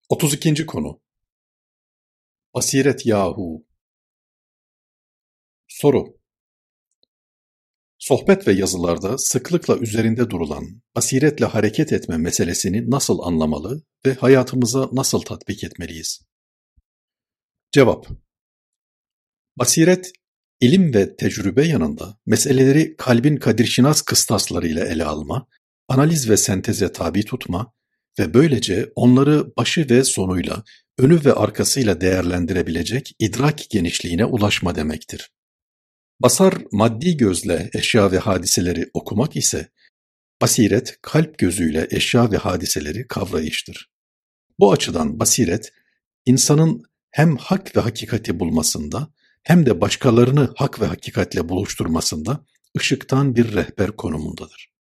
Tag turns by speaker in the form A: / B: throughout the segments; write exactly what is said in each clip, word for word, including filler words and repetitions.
A: otuz ikinci konu. Basiret yahu. Soru. Sohbet ve yazılarda sıklıkla üzerinde durulan basiretle hareket etme meselesini nasıl anlamalı ve hayatımıza nasıl tatbik etmeliyiz? Cevap. Basiret, ilim ve tecrübe yanında meseleleri kalbin kadirşinas kıstaslarıyla ele alma, analiz ve senteze tabi tutma ve böylece onları başı ve sonuyla, önü ve arkasıyla değerlendirebilecek idrak genişliğine ulaşma demektir. Basar, maddi gözle eşya ve hadiseleri okumak ise, basiret, kalp gözüyle eşya ve hadiseleri kavrayıştır. Bu açıdan basiret, insanın hem hak ve hakikati bulmasında, hem de başkalarını hak ve hakikatle buluşturmasında ışıktan bir rehber konumundadır.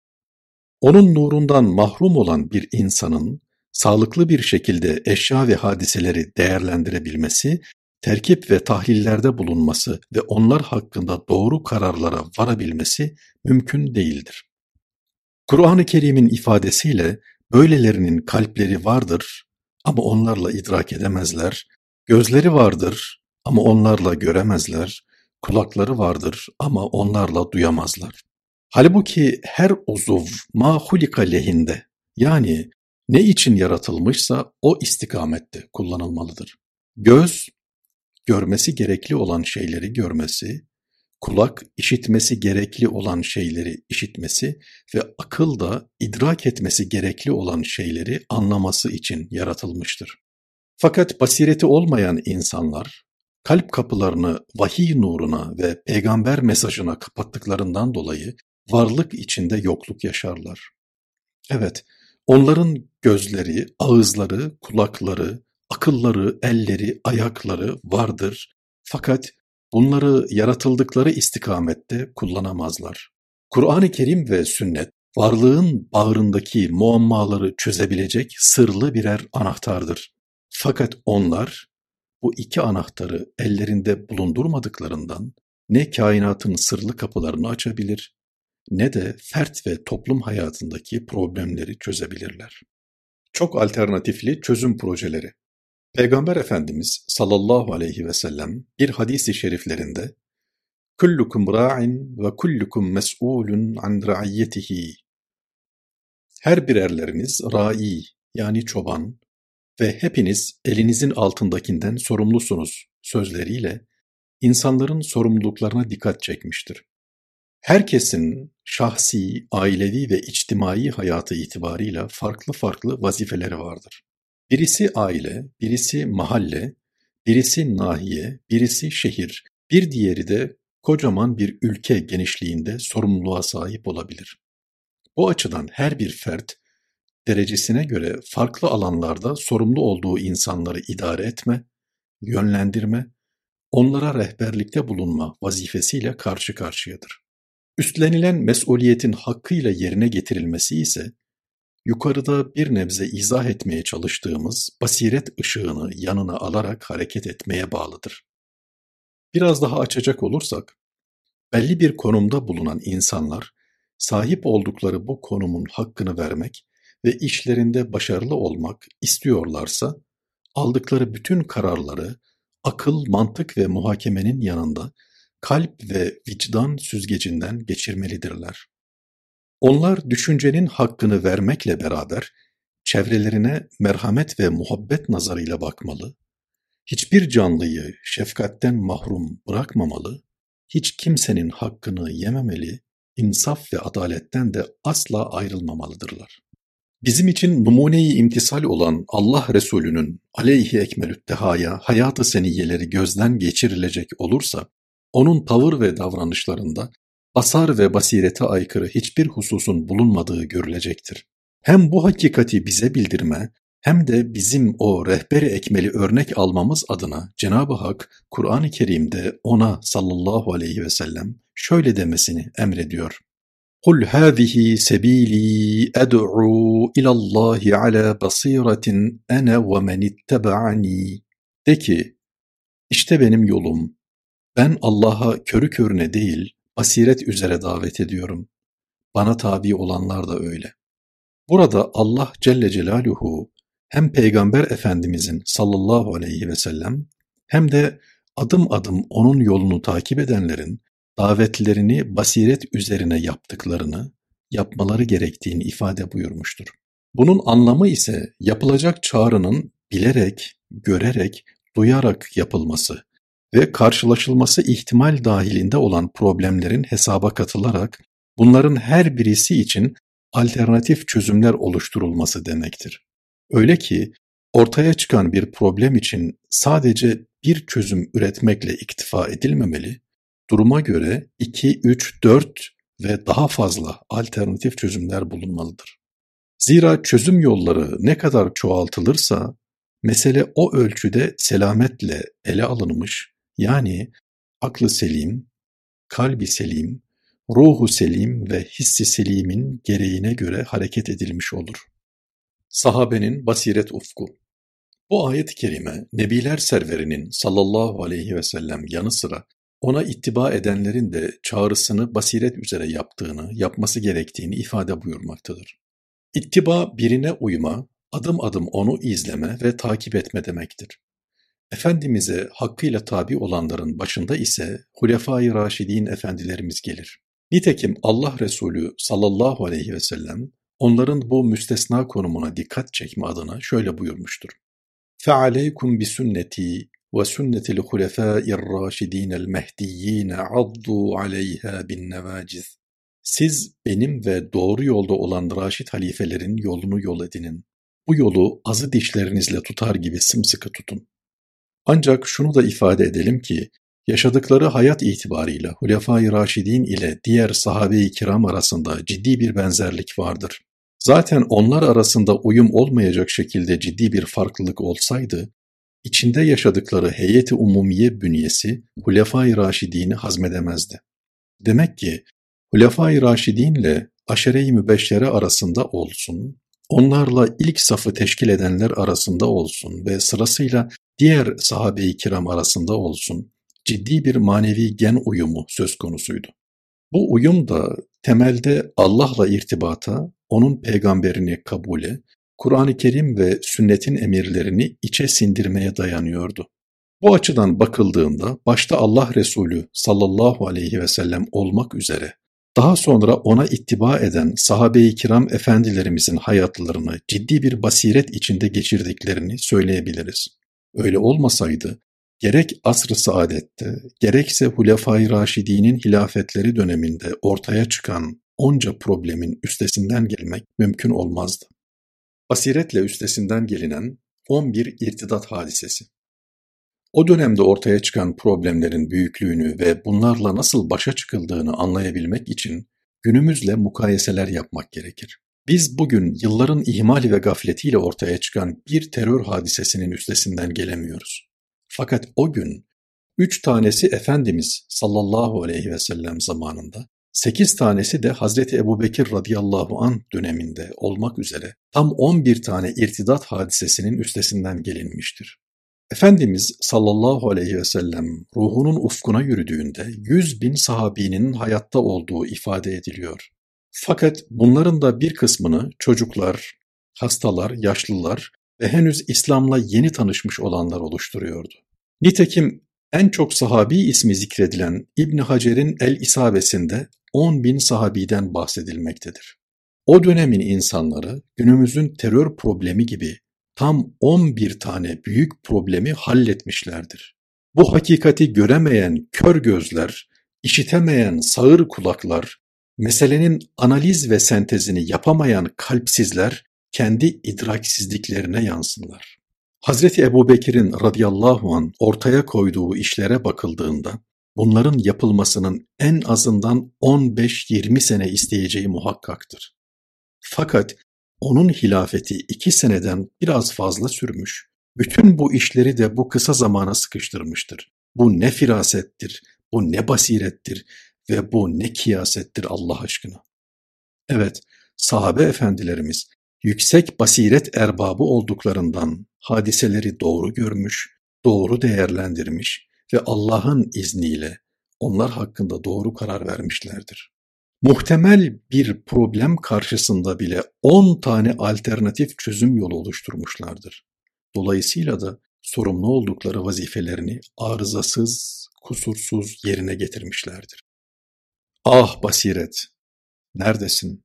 A: Onun nurundan mahrum olan bir insanın, sağlıklı bir şekilde eşya ve hadiseleri değerlendirebilmesi, terkip ve tahlillerde bulunması ve onlar hakkında doğru kararlara varabilmesi mümkün değildir. Kur'an-ı Kerim'in ifadesiyle böylelerinin kalpleri vardır ama onlarla idrak edemezler, gözleri vardır ama onlarla göremezler, kulakları vardır ama onlarla duyamazlar. Halbuki her uzuv ma hulika lehinde, yani ne için yaratılmışsa o istikamette kullanılmalıdır. Göz, görmesi gerekli olan şeyleri görmesi, kulak, işitmesi gerekli olan şeyleri işitmesi ve akıl da idrak etmesi gerekli olan şeyleri anlaması için yaratılmıştır. Fakat basireti olmayan insanlar, kalp kapılarını vahiy nuruna ve peygamber mesajına kapattıklarından dolayı varlık içinde yokluk yaşarlar. Evet, onların gözleri, ağızları, kulakları, akılları, elleri, ayakları vardır. Fakat bunları yaratıldıkları istikamette kullanamazlar. Kur'an-ı Kerim ve sünnet, varlığın bağrındaki muammaları çözebilecek sırlı birer anahtardır. Fakat onlar, bu iki anahtarı ellerinde bulundurmadıklarından, ne kainatın sırlı kapılarını açabilir, ne de fert ve toplum hayatındaki problemleri çözebilirler. Çok alternatifli çözüm projeleri. Peygamber Efendimiz sallallahu aleyhi ve sellem bir hadis-i şeriflerinde "Kullukum ra'in ve kullukum mes'ulun an ra'iyyetihi." Her birerleriniz ra'i, yani çoban ve hepiniz elinizin altındakinden sorumlusunuz sözleriyle insanların sorumluluklarına dikkat çekmiştir. Herkesin şahsi, ailevi ve içtimai hayatı itibarıyla farklı farklı vazifeleri vardır. Birisi aile, birisi mahalle, birisi nahiye, birisi şehir, bir diğeri de kocaman bir ülke genişliğinde sorumluluğa sahip olabilir. Bu açıdan her bir fert, derecesine göre farklı alanlarda sorumlu olduğu insanları idare etme, yönlendirme, onlara rehberlikte bulunma vazifesiyle karşı karşıyadır. Üstlenilen mesuliyetin hakkıyla yerine getirilmesi ise, yukarıda bir nebze izah etmeye çalıştığımız basiret ışığını yanına alarak hareket etmeye bağlıdır. Biraz daha açacak olursak, belli bir konumda bulunan insanlar, sahip oldukları bu konumun hakkını vermek ve işlerinde başarılı olmak istiyorlarsa, aldıkları bütün kararları akıl, mantık ve muhakemenin yanında kalp ve vicdan süzgecinden geçirmelidirler. Onlar düşüncenin hakkını vermekle beraber çevrelerine merhamet ve muhabbet nazarıyla bakmalı, hiçbir canlıyı şefkatten mahrum bırakmamalı, hiç kimsenin hakkını yememeli, insaf ve adaletten de asla ayrılmamalıdırlar. Bizim için numune-i imtisal olan Allah Resulü'nün aleyhi ekmelüttehaya hayat-ı seniyyeleri gözden geçirilecek olursa, onun tavır ve davranışlarında basar ve basirete aykırı hiçbir hususun bulunmadığı görülecektir. Hem bu hakikati bize bildirme, hem de bizim o rehber-i ekmeli örnek almamız adına Cenab-ı Hak Kur'an-ı Kerim'de ona sallallahu aleyhi ve sellem şöyle demesini emrediyor. "Kul hâzihi sebîlî ed'û ilallâhi alâ basîretin ene ve men ittebe'ani." De ki, işte benim yolum, ben Allah'a körü körüne değil, basiret üzere davet ediyorum. Bana tabi olanlar da öyle. Burada Allah Celle Celaluhu hem Peygamber Efendimizin sallallahu aleyhi ve sellem hem de adım adım onun yolunu takip edenlerin davetlerini basiret üzerine yaptıklarını, yapmaları gerektiğini ifade buyurmuştur. Bunun anlamı ise yapılacak çağrının bilerek, görerek, duyarak yapılması ve karşılaşılması ihtimal dahilinde olan problemlerin hesaba katılarak bunların her birisi için alternatif çözümler oluşturulması demektir. Öyle ki ortaya çıkan bir problem için sadece bir çözüm üretmekle iktifa edilmemeli, duruma göre iki, üç, dört ve daha fazla alternatif çözümler bulunmalıdır. Zira çözüm yolları ne kadar çoğaltılırsa mesele o ölçüde selametle ele alınmış, yani aklı selim, kalbi selim, ruhu selim ve hissi selimin gereğine göre hareket edilmiş olur. Sahabenin basiret ufku. Bu ayet-i kerime Nebiler Serveri'nin sallallahu aleyhi ve sellem yanı sıra ona ittiba edenlerin de çağrısını basiret üzere yaptığını, yapması gerektiğini ifade buyurmaktadır. İttiba birine uyma, adım adım onu izleme ve takip etme demektir. Efendimiz'e hakkıyla tabi olanların başında ise Hulefai Raşidin efendilerimiz gelir. Nitekim Allah Resulü sallallahu aleyhi ve sellem onların bu müstesna konumuna dikkat çekme adına şöyle buyurmuştur. فَعَلَيْكُمْ بِسُنَّتِي وَسُنَّةِ الْخُلَفَاءِ الرَّاشِدِينَ الْمَهْدِيِّينَ عَضُّوا عَلَيْهَا بِالنَّوَاجِذِ Siz benim ve doğru yolda olan Raşid halifelerin yolunu yol edinin. Bu yolu azı dişlerinizle tutar gibi sımsıkı tutun. Ancak şunu da ifade edelim ki, yaşadıkları hayat itibarıyla Hulefai Raşidin ile diğer sahabe-i kiram arasında ciddi bir benzerlik vardır. Zaten onlar arasında uyum olmayacak şekilde ciddi bir farklılık olsaydı, içinde yaşadıkları heyeti umumiye bünyesi Hulefai Raşidin'i hazmedemezdi. Demek ki Hulefai Raşidin ile Aşere-i Mübeşşere arasında olsun, onlarla ilk safı teşkil edenler arasında olsun ve sırasıyla diğer sahabe-i kiram arasında olsun, ciddi bir manevi gen uyumu söz konusuydu. Bu uyum da temelde Allah'la irtibata, onun peygamberini kabule, Kur'an-ı Kerim ve sünnetin emirlerini içe sindirmeye dayanıyordu. Bu açıdan bakıldığında başta Allah Resulü sallallahu aleyhi ve sellem olmak üzere, daha sonra ona ittiba eden sahabe-i kiram efendilerimizin hayatlarını ciddi bir basiret içinde geçirdiklerini söyleyebiliriz. Öyle olmasaydı, gerek asr-ı saadette, gerekse Hulefai Raşidin'in hilafetleri döneminde ortaya çıkan onca problemin üstesinden gelmek mümkün olmazdı. Basiretle üstesinden gelinen on bir irtidat hadisesi. O dönemde ortaya çıkan problemlerin büyüklüğünü ve bunlarla nasıl başa çıkıldığını anlayabilmek için günümüzle mukayeseler yapmak gerekir. Biz bugün yılların ihmali ve gafletiyle ortaya çıkan bir terör hadisesinin üstesinden gelemiyoruz. Fakat o gün üç tanesi Efendimiz sallallahu aleyhi ve sellem zamanında, sekiz tanesi de Hazreti Ebubekir radıyallahu anh döneminde olmak üzere tam on bir tane irtidat hadisesinin üstesinden gelinmiştir. Efendimiz sallallahu aleyhi ve sellem ruhunun ufkuna yürüdüğünde yüz bin sahabinin hayatta olduğu ifade ediliyor. Fakat bunların da bir kısmını çocuklar, hastalar, yaşlılar ve henüz İslam'la yeni tanışmış olanlar oluşturuyordu. Nitekim en çok sahabi ismi zikredilen İbn Hacer'in El-İsabesinde on bin sahabiden bahsedilmektedir. O dönemin insanları günümüzün terör problemi gibi tam on bir tane büyük problemi halletmişlerdir. Bu hakikati göremeyen kör gözler, işitemeyen sağır kulaklar, meselenin analiz ve sentezini yapamayan kalpsizler kendi idraksizliklerine yansınlar. Hazreti Ebubekir'in radıyallahu anh ortaya koyduğu işlere bakıldığında bunların yapılmasının en azından on beş yirmi sene isteyeceği muhakkaktır. Fakat onun hilafeti iki seneden biraz fazla sürmüş, bütün bu işleri de bu kısa zamana sıkıştırmıştır. Bu ne firasettir, bu ne basirettir ve bu ne kiyasettir Allah aşkına. Evet, sahabe efendilerimiz yüksek basiret erbabı olduklarından hadiseleri doğru görmüş, doğru değerlendirmiş ve Allah'ın izniyle onlar hakkında doğru karar vermişlerdir. Muhtemel bir problem karşısında bile on tane alternatif çözüm yolu oluşturmuşlardır. Dolayısıyla da sorumlu oldukları vazifelerini arızasız, kusursuz yerine getirmişlerdir. Ah basiret, neredesin?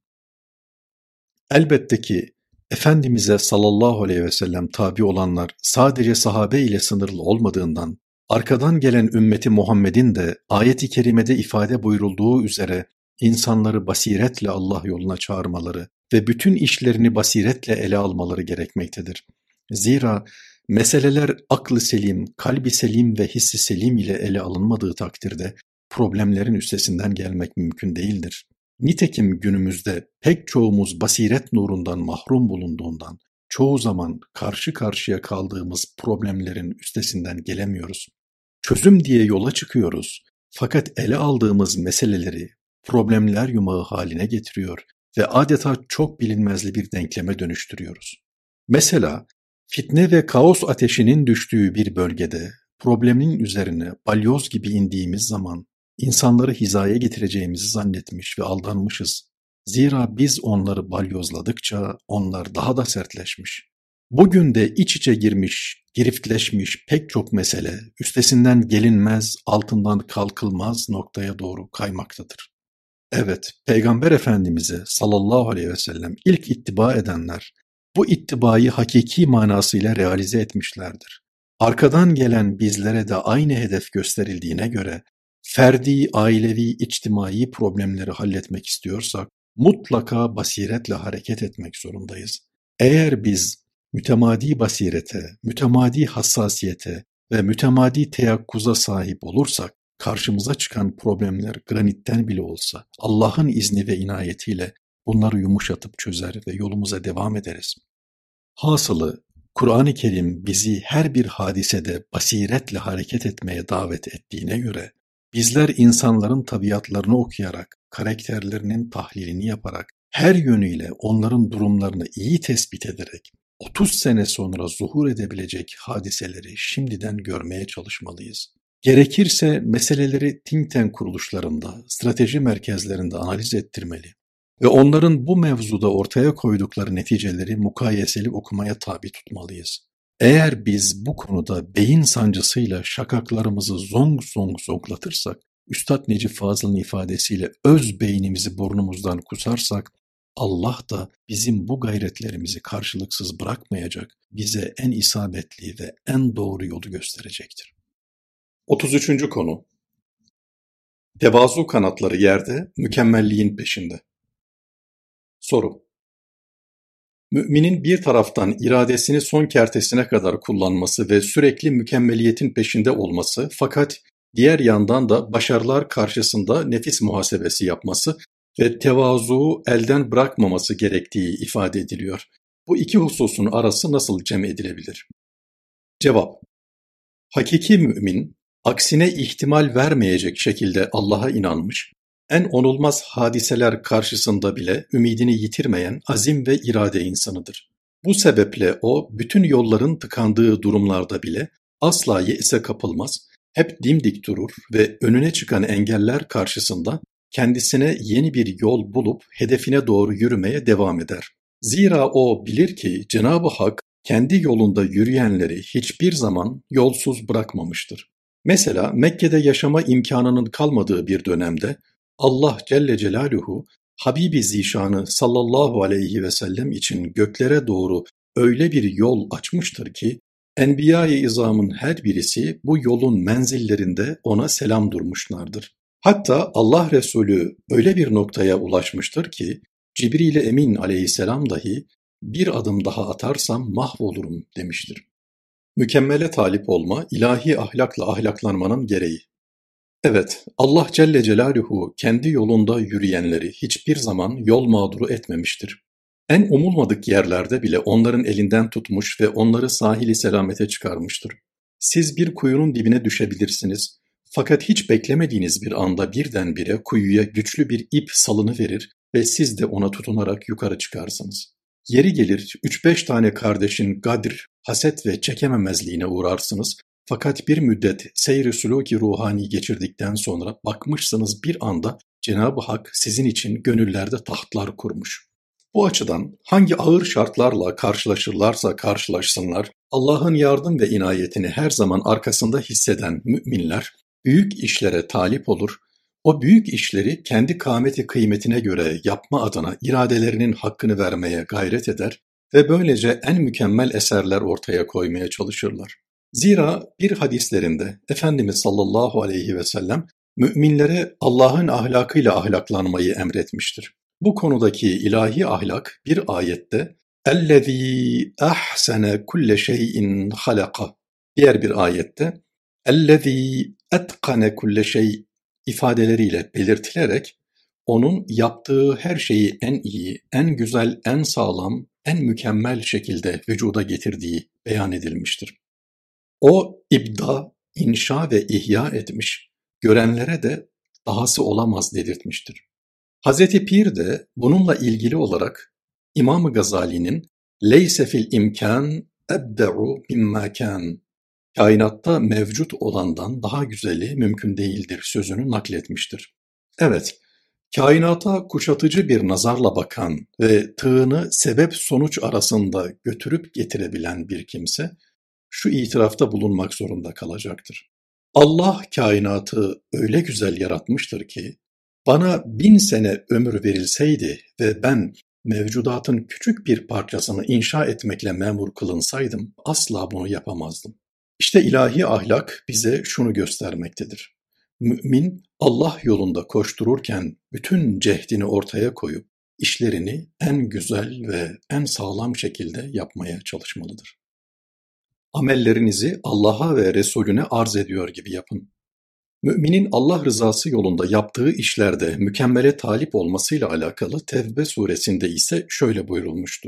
A: Elbette ki Efendimiz'e sallallahu aleyhi ve sellem tabi olanlar sadece sahabe ile sınırlı olmadığından, arkadan gelen ümmeti Muhammed'in de ayet-i kerimede ifade buyurulduğu üzere insanları basiretle Allah yoluna çağırmaları ve bütün işlerini basiretle ele almaları gerekmektedir. Zira meseleler aklı selim, kalbi selim ve hissi selim ile ele alınmadığı takdirde problemlerin üstesinden gelmek mümkün değildir. Nitekim günümüzde pek çoğumuz basiret nurundan mahrum bulunduğundan çoğu zaman karşı karşıya kaldığımız problemlerin üstesinden gelemiyoruz. Çözüm diye yola çıkıyoruz fakat ele aldığımız meseleleri problemler yumağı haline getiriyor ve adeta çok bilinmezli bir denkleme dönüştürüyoruz. Mesela fitne ve kaos ateşinin düştüğü bir bölgede problemin üzerine balyoz gibi indiğimiz zaman İnsanları hizaya getireceğimizi zannetmiş ve aldanmışız. Zira biz onları balyozladıkça onlar daha da sertleşmiş. Bugün de iç içe girmiş, giriftleşmiş pek çok mesele üstesinden gelinmez, altından kalkılmaz noktaya doğru kaymaktadır. Evet, Peygamber Efendimiz'e sallallahu aleyhi ve sellem ilk ittiba edenler bu ittibayı hakiki manasıyla realize etmişlerdir. Arkadan gelen bizlere de aynı hedef gösterildiğine göre ferdi, ailevi, içtimai problemleri halletmek istiyorsak mutlaka basiretle hareket etmek zorundayız. Eğer biz mütemadi basirete, mütemadi hassasiyete ve mütemadi teyakkuza sahip olursak karşımıza çıkan problemler granitten bile olsa Allah'ın izni ve inayetiyle bunları yumuşatıp çözer ve yolumuza devam ederiz. Hasılı Kur'an-ı Kerim bizi her bir hadisede basiretle hareket etmeye davet ettiğine göre bizler insanların tabiatlarını okuyarak, karakterlerinin tahlilini yaparak, her yönüyle onların durumlarını iyi tespit ederek otuz sene sonra zuhur edebilecek hadiseleri şimdiden görmeye çalışmalıyız. Gerekirse meseleleri think tank kuruluşlarında, strateji merkezlerinde analiz ettirmeli ve onların bu mevzuda ortaya koydukları neticeleri mukayeseli okumaya tabi tutmalıyız. Eğer biz bu konuda beyin sancısıyla şakaklarımızı zong zong zonklatırsak, Üstad Necip Fazıl'ın ifadesiyle öz beynimizi burnumuzdan kusarsak, Allah da bizim bu gayretlerimizi karşılıksız bırakmayacak, bize en isabetli ve en doğru yolu gösterecektir. otuz üçüncü konu. Tevazu kanatları yerde, mükemmelliğin peşinde. Soru. Müminin bir taraftan iradesini son kertesine kadar kullanması ve sürekli mükemmeliyetin peşinde olması fakat diğer yandan da başarılar karşısında nefis muhasebesi yapması ve tevazuyu elden bırakmaması gerektiği ifade ediliyor. Bu iki hususun arası nasıl cem edilebilir? Cevap. Hakiki mümin, aksine ihtimal vermeyecek şekilde Allah'a inanmış, en onulmaz hadiseler karşısında bile ümidini yitirmeyen azim ve irade insanıdır. Bu sebeple o, bütün yolların tıkandığı durumlarda bile asla yeise kapılmaz, hep dimdik durur ve önüne çıkan engeller karşısında kendisine yeni bir yol bulup hedefine doğru yürümeye devam eder. Zira o bilir ki Cenab-ı Hak kendi yolunda yürüyenleri hiçbir zaman yolsuz bırakmamıştır. Mesela Mekke'de yaşama imkanının kalmadığı bir dönemde Allah Celle Celaluhu Habibi Zişanı sallallahu aleyhi ve sellem için göklere doğru öyle bir yol açmıştır ki Enbiya-i İzam'ın her birisi bu yolun menzillerinde ona selam durmuşlardır. Hatta Allah Resulü öyle bir noktaya ulaşmıştır ki Cibril-i Emin aleyhisselam dahi bir adım daha atarsam mahvolurum demiştir. Mükemmele talip olma, ilahi ahlakla ahlaklanmanın gereği. Evet, Allah Celle Celaluhu kendi yolunda yürüyenleri hiçbir zaman yol mağduru etmemiştir. En umulmadık yerlerde bile onların elinden tutmuş ve onları sahili selamete çıkarmıştır. Siz bir kuyunun dibine düşebilirsiniz. Fakat hiç beklemediğiniz bir anda birdenbire kuyuya güçlü bir ip salınıverir ve siz de ona tutunarak yukarı çıkarsınız. Yeri gelir üç beş tane kardeşin gadr, haset ve çekememezliğine uğrarsınız. Fakat bir müddet seyr-i sülûk-i ruhani geçirdikten sonra bakmışsınız bir anda Cenab-ı Hak sizin için gönüllerde tahtlar kurmuş. Bu açıdan hangi ağır şartlarla karşılaşırlarsa karşılaşsınlar, Allah'ın yardım ve inayetini her zaman arkasında hisseden müminler, büyük işlere talip olur, o büyük işleri kendi kâmeti kıymetine göre yapma adına iradelerinin hakkını vermeye gayret eder ve böylece en mükemmel eserler ortaya koymaya çalışırlar. Zira bir hadislerinde Efendimiz sallallahu aleyhi ve sellem müminlere Allah'ın ahlakıyla ahlaklanmayı emretmiştir. Bu konudaki ilahi ahlak bir ayette اَلَّذ۪ي اَحْسَنَ كُلَّ شَيْءٍ خَلَقَ, diğer bir ayette اَلَّذ۪ي اَتْقَنَ كُلَّ شَيْءٍ ifadeleriyle belirtilerek onun yaptığı her şeyi en iyi, en güzel, en sağlam, en mükemmel şekilde vücuda getirdiği beyan edilmiştir. O ibda, inşa ve ihya etmiş, görenlere de dahası olamaz dedirtmiştir. Hazreti Pir de bununla ilgili olarak İmam-ı Gazali'nin "Leyse fil imkan ebde'u mimma kan", kainatta mevcut olandan daha güzeli mümkün değildir sözünü nakletmiştir. Evet, kainata kuşatıcı bir nazarla bakan ve tığını sebep-sonuç arasında götürüp getirebilen bir kimse, şu itirafta bulunmak zorunda kalacaktır. Allah kainatı öyle güzel yaratmıştır ki, bana bin sene ömür verilseydi ve ben mevcudatın küçük bir parçasını inşa etmekle memur kılınsaydım, asla bunu yapamazdım. İşte ilahi ahlak bize şunu göstermektedir. Mümin, Allah yolunda koştururken bütün cehdini ortaya koyup, işlerini en güzel ve en sağlam şekilde yapmaya çalışmalıdır. Amellerinizi Allah'a ve Resulüne arz ediyor gibi yapın. Müminin Allah rızası yolunda yaptığı işlerde mükemmele talip olmasıyla alakalı Tevbe suresinde ise şöyle buyurulmuştur.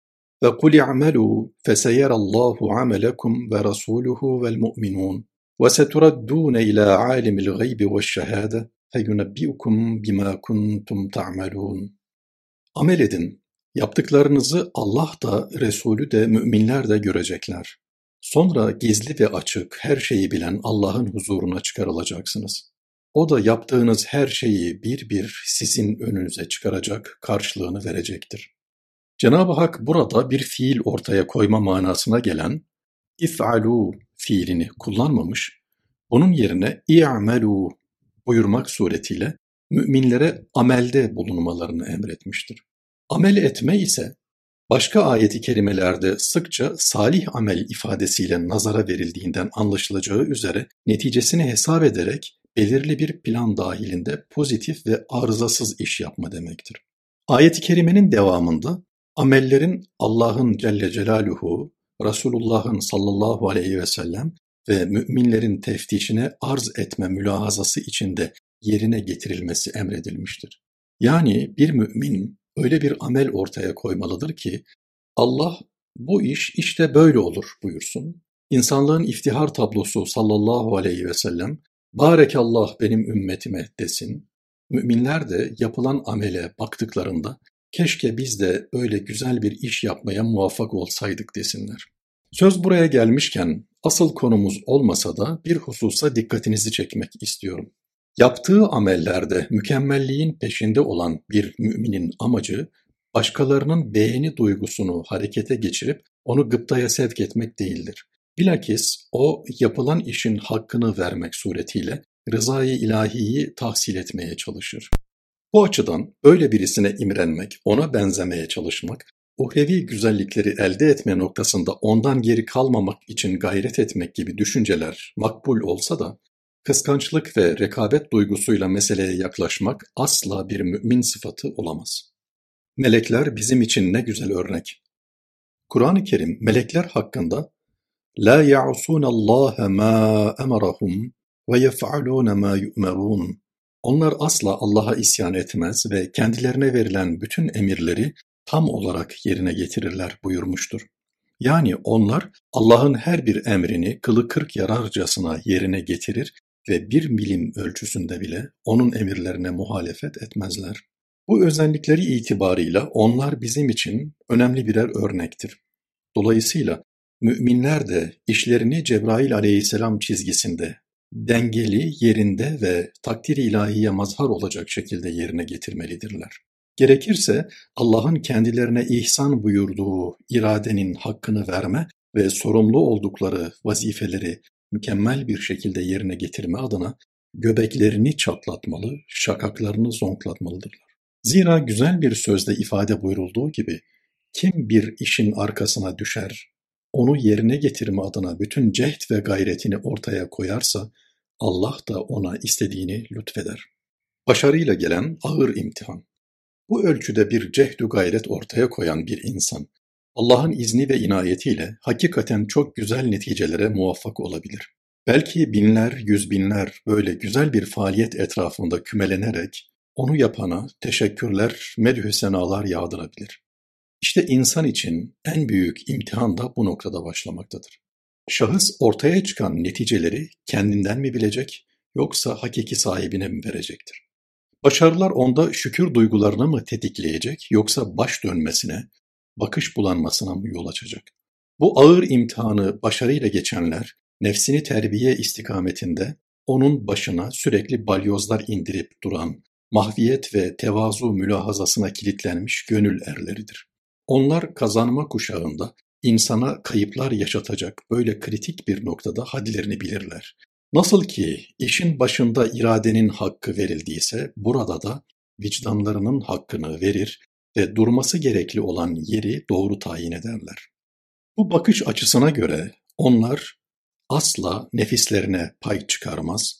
A: وَقُلْ اعْمَلُوا فَسَيَرَ اللّٰهُ عَمَلَكُمْ وَرَسُولُهُ وَالْمُؤْمِنُونَ وَسَتُرَدُّونَ إِلَى عَالِمِ الْغَيْبِ وَالشَّهَادَةِ فَيُنَبِّئُكُمْ بِمَا كُنْتُمْ تَعْمَلُونَ. Amel edin, yaptıklarınızı Allah da, Resulü de, müminler de görecekler. Sonra gizli ve açık her şeyi bilen Allah'ın huzuruna çıkarılacaksınız. O da yaptığınız her şeyi bir bir sizin önünüze çıkaracak, karşılığını verecektir. Cenab-ı Hak burada bir fiil ortaya koyma manasına gelen if'alû fiilini kullanmamış, bunun yerine i'melû buyurmak suretiyle müminlere amelde bulunmalarını emretmiştir. Amel etme ise başka ayeti kerimelerde sıkça salih amel ifadesiyle nazara verildiğinden anlaşılacağı üzere neticesini hesap ederek belirli bir plan dahilinde pozitif ve arızasız iş yapma demektir. Ayet-i kerimenin devamında amellerin Allah'ın Celle Celaluhu, Resulullah'ın sallallahu aleyhi ve sellem ve müminlerin teftişine arz etme mülahazası içinde yerine getirilmesi emredilmiştir. Yani bir mümin öyle bir amel ortaya koymalıdır ki Allah bu iş işte böyle olur buyursun. İnsanlığın iftihar tablosu sallallahu aleyhi ve sellem Barekallah benim ümmetime desin. Müminler de yapılan amele baktıklarında keşke biz de öyle güzel bir iş yapmaya muvaffak olsaydık desinler. Söz buraya gelmişken asıl konumuz olmasa da bir hususa dikkatinizi çekmek istiyorum. Yaptığı amellerde mükemmelliğin peşinde olan bir müminin amacı, başkalarının beğeni duygusunu harekete geçirip onu gıptaya sevk etmek değildir. Bilakis o yapılan işin hakkını vermek suretiyle rızayı ilahiyi tahsil etmeye çalışır. Bu açıdan böyle birisine imrenmek, ona benzemeye çalışmak, uhrevi güzellikleri elde etme noktasında ondan geri kalmamak için gayret etmek gibi düşünceler makbul olsa da, kıskançlık ve rekabet duygusuyla meseleye yaklaşmak asla bir mümin sıfatı olamaz. Melekler bizim için ne güzel örnek. Kur'an-ı Kerim melekler hakkında لَا يَعْصُونَ اللّٰهَ مَا أَمَرَهُمْ وَيَفْعَلُونَ مَا يُؤْمَرُونَ. Onlar asla Allah'a isyan etmez ve kendilerine verilen bütün emirleri tam olarak yerine getirirler buyurmuştur. Yani onlar Allah'ın her bir emrini kılı kırk yararcasına yerine getirir ve bir milim ölçüsünde bile onun emirlerine muhalefet etmezler. Bu özellikleri itibarıyla onlar bizim için önemli birer örnektir. Dolayısıyla müminler de işlerini Cebrail aleyhisselam çizgisinde dengeli, yerinde ve takdir-i ilahiye mazhar olacak şekilde yerine getirmelidirler. Gerekirse Allah'ın kendilerine ihsan buyurduğu iradenin hakkını verme ve sorumlu oldukları vazifeleri mükemmel bir şekilde yerine getirme adına göbeklerini çatlatmalı, şakaklarını zonklatmalıdırlar. Zira güzel bir sözde ifade buyurulduğu gibi, kim bir işin arkasına düşer, onu yerine getirme adına bütün cehd ve gayretini ortaya koyarsa, Allah da ona istediğini lütfeder. Başarıyla gelen ağır imtihan. Bu ölçüde bir cehd-ü gayret ortaya koyan bir insan, Allah'ın izni ve inayetiyle hakikaten çok güzel neticelere muvaffak olabilir. Belki binler, yüz binler böyle güzel bir faaliyet etrafında kümelenerek onu yapana teşekkürler, medhü senalar yağdırabilir. İşte insan için en büyük imtihan da bu noktada başlamaktadır. Şahıs ortaya çıkan neticeleri kendinden mi bilecek, yoksa hakiki sahibine mi verecektir? Başarılar onda şükür duygularını mı tetikleyecek, yoksa baş dönmesine, bakış bulanmasına mı yol açacak? Bu ağır imtihanı başarıyla geçenler, nefsini terbiye istikametinde onun başına sürekli balyozlar indirip duran, mahviyet ve tevazu mülahazasına kilitlenmiş gönül erleridir. Onlar kazanma kuşağında insana kayıplar yaşatacak böyle kritik bir noktada hadlerini bilirler. Nasıl ki işin başında iradenin hakkı verildiyse, burada da vicdanlarının hakkını verir ve durması gerekli olan yeri doğru tayin ederler. Bu bakış açısına göre onlar asla nefislerine pay çıkarmaz,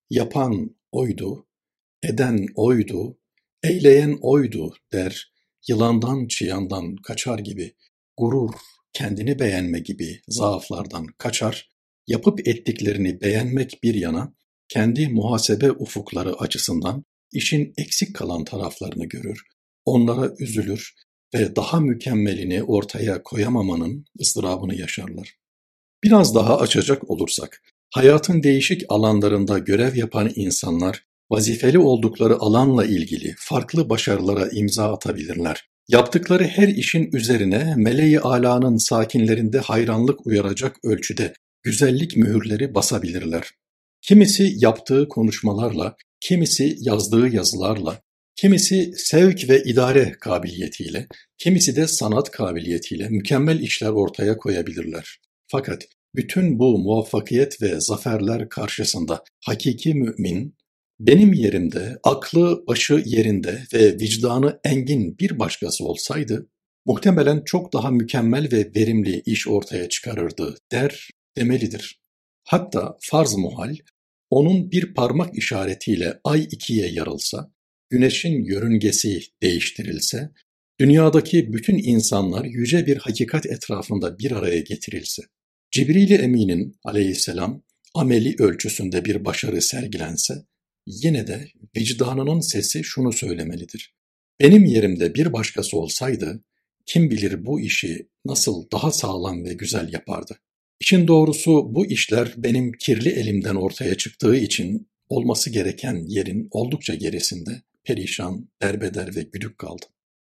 A: yapan oydu, eden oydu, eyleyen oydu der, yılandan çıyandan kaçar gibi, gurur, kendini beğenme gibi zaaflardan kaçar, yapıp ettiklerini beğenmek bir yana, kendi muhasebe ufukları açısından işin eksik kalan taraflarını görür, onlara üzülür ve daha mükemmelini ortaya koyamamanın ıstırabını yaşarlar. Biraz daha açacak olursak, hayatın değişik alanlarında görev yapan insanlar, vazifeli oldukları alanla ilgili farklı başarılara imza atabilirler. Yaptıkları her işin üzerine meleği alanın sakinlerinde hayranlık uyaracak ölçüde güzellik mühürleri basabilirler. Kimisi yaptığı konuşmalarla, kimisi yazdığı yazılarla, kimisi sevk ve idare kabiliyetiyle, kimisi de sanat kabiliyetiyle mükemmel işler ortaya koyabilirler. Fakat bütün bu muvaffakiyet ve zaferler karşısında hakiki mümin, benim yerimde, aklı başı yerinde ve vicdanı engin bir başkası olsaydı, muhtemelen çok daha mükemmel ve verimli iş ortaya çıkarırdı der demelidir. Hatta farz muhal, onun bir parmak işaretiyle ay ikiye yarılsa, güneşin yörüngesi değiştirilse, dünyadaki bütün insanlar yüce bir hakikat etrafında bir araya getirilse, Cibril-i Emin'in aleyhisselam ameli ölçüsünde bir başarı sergilense, yine de vicdanının sesi şunu söylemelidir: benim yerimde bir başkası olsaydı, kim bilir bu işi nasıl daha sağlam ve güzel yapardı. İşin doğrusu bu işler benim kirli elimden ortaya çıktığı için olması gereken yerin oldukça gerisinde perişan, derbeder ve güdük kaldı.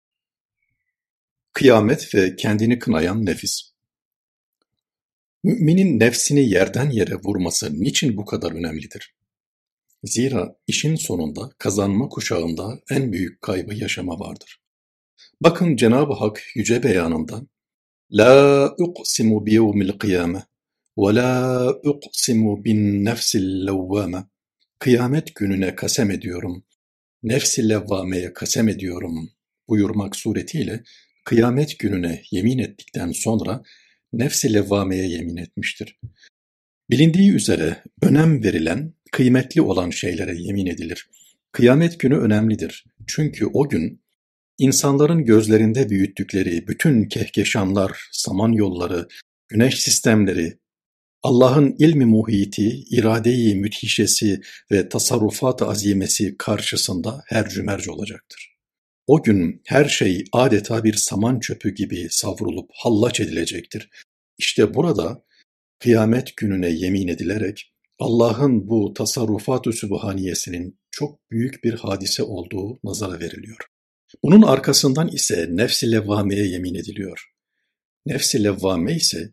A: Kıyamet ve kendini kınayan nefis. Müminin nefsini yerden yere vurması niçin bu kadar önemlidir? Zira işin sonunda kazanma kuşağında en büyük kaybı yaşama vardır. Bakın Cenab-ı Hak yüce beyanında La uqsimu biyevmil kıyame ve la uqsimu bin nefsil levvame. Kıyamet gününe kasem ediyorum, nefs-i levvameye kasem ediyorum buyurmak suretiyle kıyamet gününe yemin ettikten sonra nefs-i levvameye yemin etmiştir. Bilindiği üzere önem verilen, kıymetli olan şeylere yemin edilir. Kıyamet günü önemlidir. Çünkü o gün insanların gözlerinde büyüttükleri bütün kehkeşanlar, samanyolları, güneş sistemleri, Allah'ın ilmi muhiti, irade-i müthişesi ve tasarrufat-ı azimesi karşısında hercü merci olacaktır. O gün her şey adeta bir saman çöpü gibi savrulup hallaç edilecektir. İşte burada kıyamet gününe yemin edilerek Allah'ın bu tasarrufat-ı sübhaniyesinin çok büyük bir hadise olduğu nazara veriliyor. Bunun arkasından ise nefs-i levvameye yemin ediliyor. Nefs-i levvame ise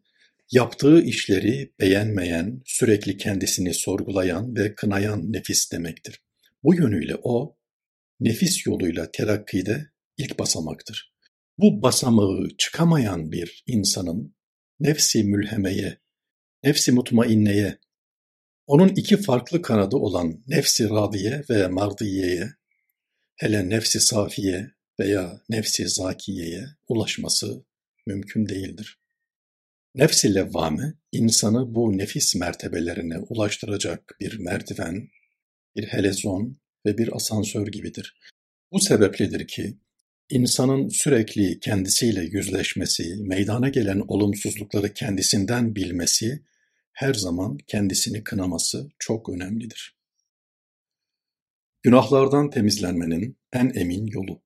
A: Yaptığı işleri beğenmeyen, sürekli kendisini sorgulayan ve kınayan nefis demektir. Bu yönüyle o, nefis yoluyla terakkide ilk basamaktır. Bu basamağı çıkamayan bir insanın nefsi mülhemeye, nefsi mutmainneye, onun iki farklı kanadı olan nefsi radiye ve mardiyeye, hele nefsi safiye veya nefsi zakiyeye ulaşması mümkün değildir. Nefs-i levvame, insanı bu nefis mertebelerine ulaştıracak bir merdiven, bir helezon ve bir asansör gibidir. Bu sebepledir ki, insanın sürekli kendisiyle yüzleşmesi, meydana gelen olumsuzlukları kendisinden bilmesi, her zaman kendisini kınaması çok önemlidir. Günahlardan temizlenmenin en emin yolu.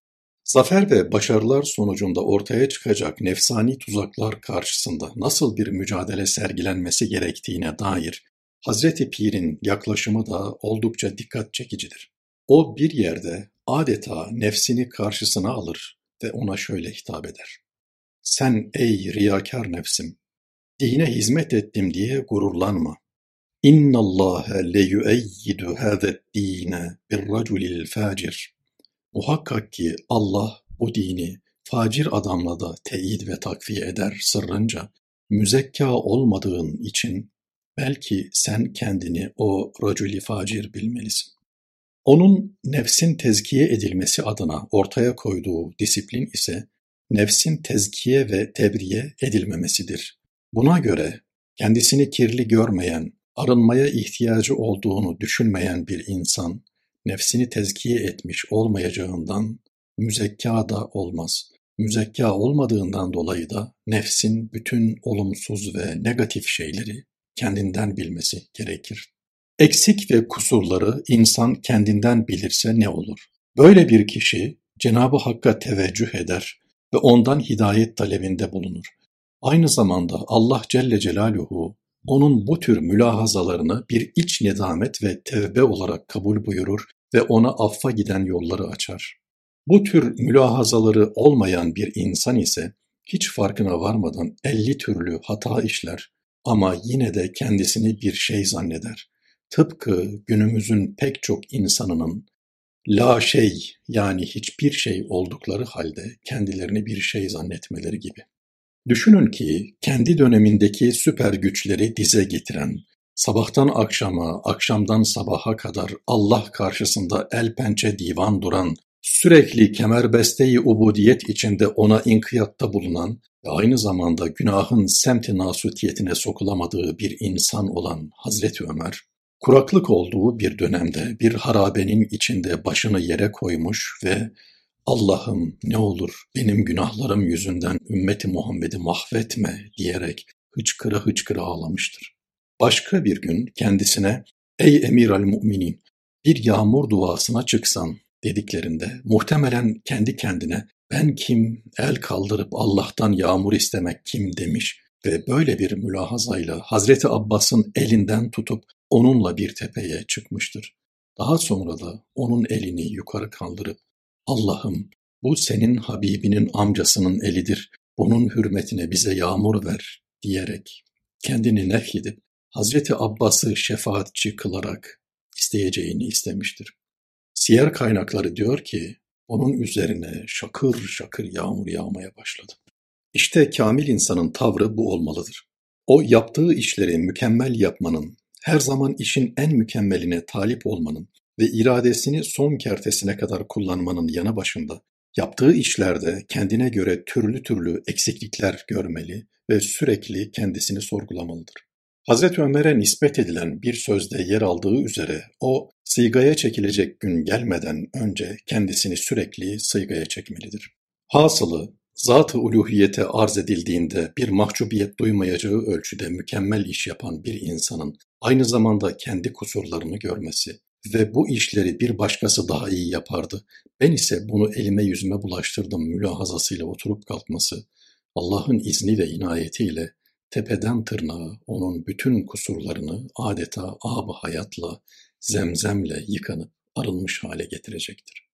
A: Zafer ve başarılar sonucunda ortaya çıkacak nefsani tuzaklar karşısında nasıl bir mücadele sergilenmesi gerektiğine dair Hazreti Pir'in yaklaşımı da oldukça dikkat çekicidir. O bir yerde adeta nefsini karşısına alır ve ona şöyle hitap eder. Sen ey riyakâr nefsim, dine hizmet ettim diye gururlanma. İnna Allâhe le yueyyidu hâze'd-dîne bir-raculil fâcir. Muhakkak ki Allah bu dini facir adamla da teyit ve takviye eder sırrınca, müzekka olmadığın için belki sen kendini o raculi facir bilmelisin. Onun nefsin tezkiye edilmesi adına ortaya koyduğu disiplin ise nefsin tezkiye ve tebriye edilmemesidir. Buna göre kendisini kirli görmeyen, arınmaya ihtiyacı olduğunu düşünmeyen bir insan, nefsini tezkiye etmiş olmayacağından müzekka da olmaz. Müzekka olmadığından dolayı da nefsin bütün olumsuz ve negatif şeyleri kendinden bilmesi gerekir. Eksik ve kusurları insan kendinden bilirse ne olur? Böyle bir kişi Cenab-ı Hakk'a teveccüh eder ve ondan hidayet talebinde bulunur. Aynı zamanda Allah Celle Celaluhu onun bu tür mülahazalarını bir iç nedamet ve tevbe olarak kabul buyurur ve ona affa giden yolları açar. Bu tür mülahazaları olmayan bir insan ise hiç farkına varmadan elli türlü hata işler ama yine de kendisini bir şey zanneder. Tıpkı günümüzün pek çok insanının la şey yani hiçbir şey oldukları halde kendilerini bir şey zannetmeleri gibi. Düşünün ki kendi dönemindeki süper güçleri dize getiren, sabahtan akşama, akşamdan sabaha kadar Allah karşısında el pençe divan duran, sürekli kemerbeste-i ubudiyet içinde ona inkiyatta bulunan ve aynı zamanda günahın semt-i nasutiyetine sokulamadığı bir insan olan Hazreti Ömer, kuraklık olduğu bir dönemde bir harabenin içinde başını yere koymuş ve Allah'ım ne olur benim günahlarım yüzünden ümmeti Muhammed'i mahvetme diyerek hıçkıra hıçkıra ağlamıştır. Başka bir gün kendisine ey emir al müminin bir yağmur duasına çıksan dediklerinde muhtemelen kendi kendine ben kim el kaldırıp Allah'tan yağmur istemek kim demiş ve böyle bir mülahazayla Hazreti Abbas'ın elinden tutup onunla bir tepeye çıkmıştır. Daha sonra da onun elini yukarı kaldırıp Allah'ım bu senin Habibinin amcasının elidir, bunun hürmetine bize yağmur ver diyerek kendini nefyedip Hazreti Abbas'ı şefaatçi kılarak isteyeceğini istemiştir. Siyer kaynakları diyor ki onun üzerine şakır şakır yağmur yağmaya başladı. İşte kamil insanın tavrı bu olmalıdır. O yaptığı işleri mükemmel yapmanın, her zaman işin en mükemmeline talip olmanın ve iradesini son kertesine kadar kullanmanın yanı başında yaptığı işlerde kendine göre türlü türlü eksiklikler görmeli ve sürekli kendisini sorgulamalıdır. Hazreti Ömer'e nispet edilen bir sözde yer aldığı üzere o sıygaya çekilecek gün gelmeden önce kendisini sürekli sıygaya çekmelidir. Hasılı zat-ı uluhiyete arz edildiğinde bir mahcubiyet duymayacağı ölçüde mükemmel iş yapan bir insanın aynı zamanda kendi kusurlarını görmesi ve bu işleri bir başkası daha iyi yapardı, ben ise bunu elime yüzüme bulaştırdım mülahazasıyla oturup kalkması, Allah'ın izni ve inayetiyle tepeden tırnağa onun bütün kusurlarını adeta ab-ı hayatla, zemzemle yıkanıp arınmış hale getirecektir.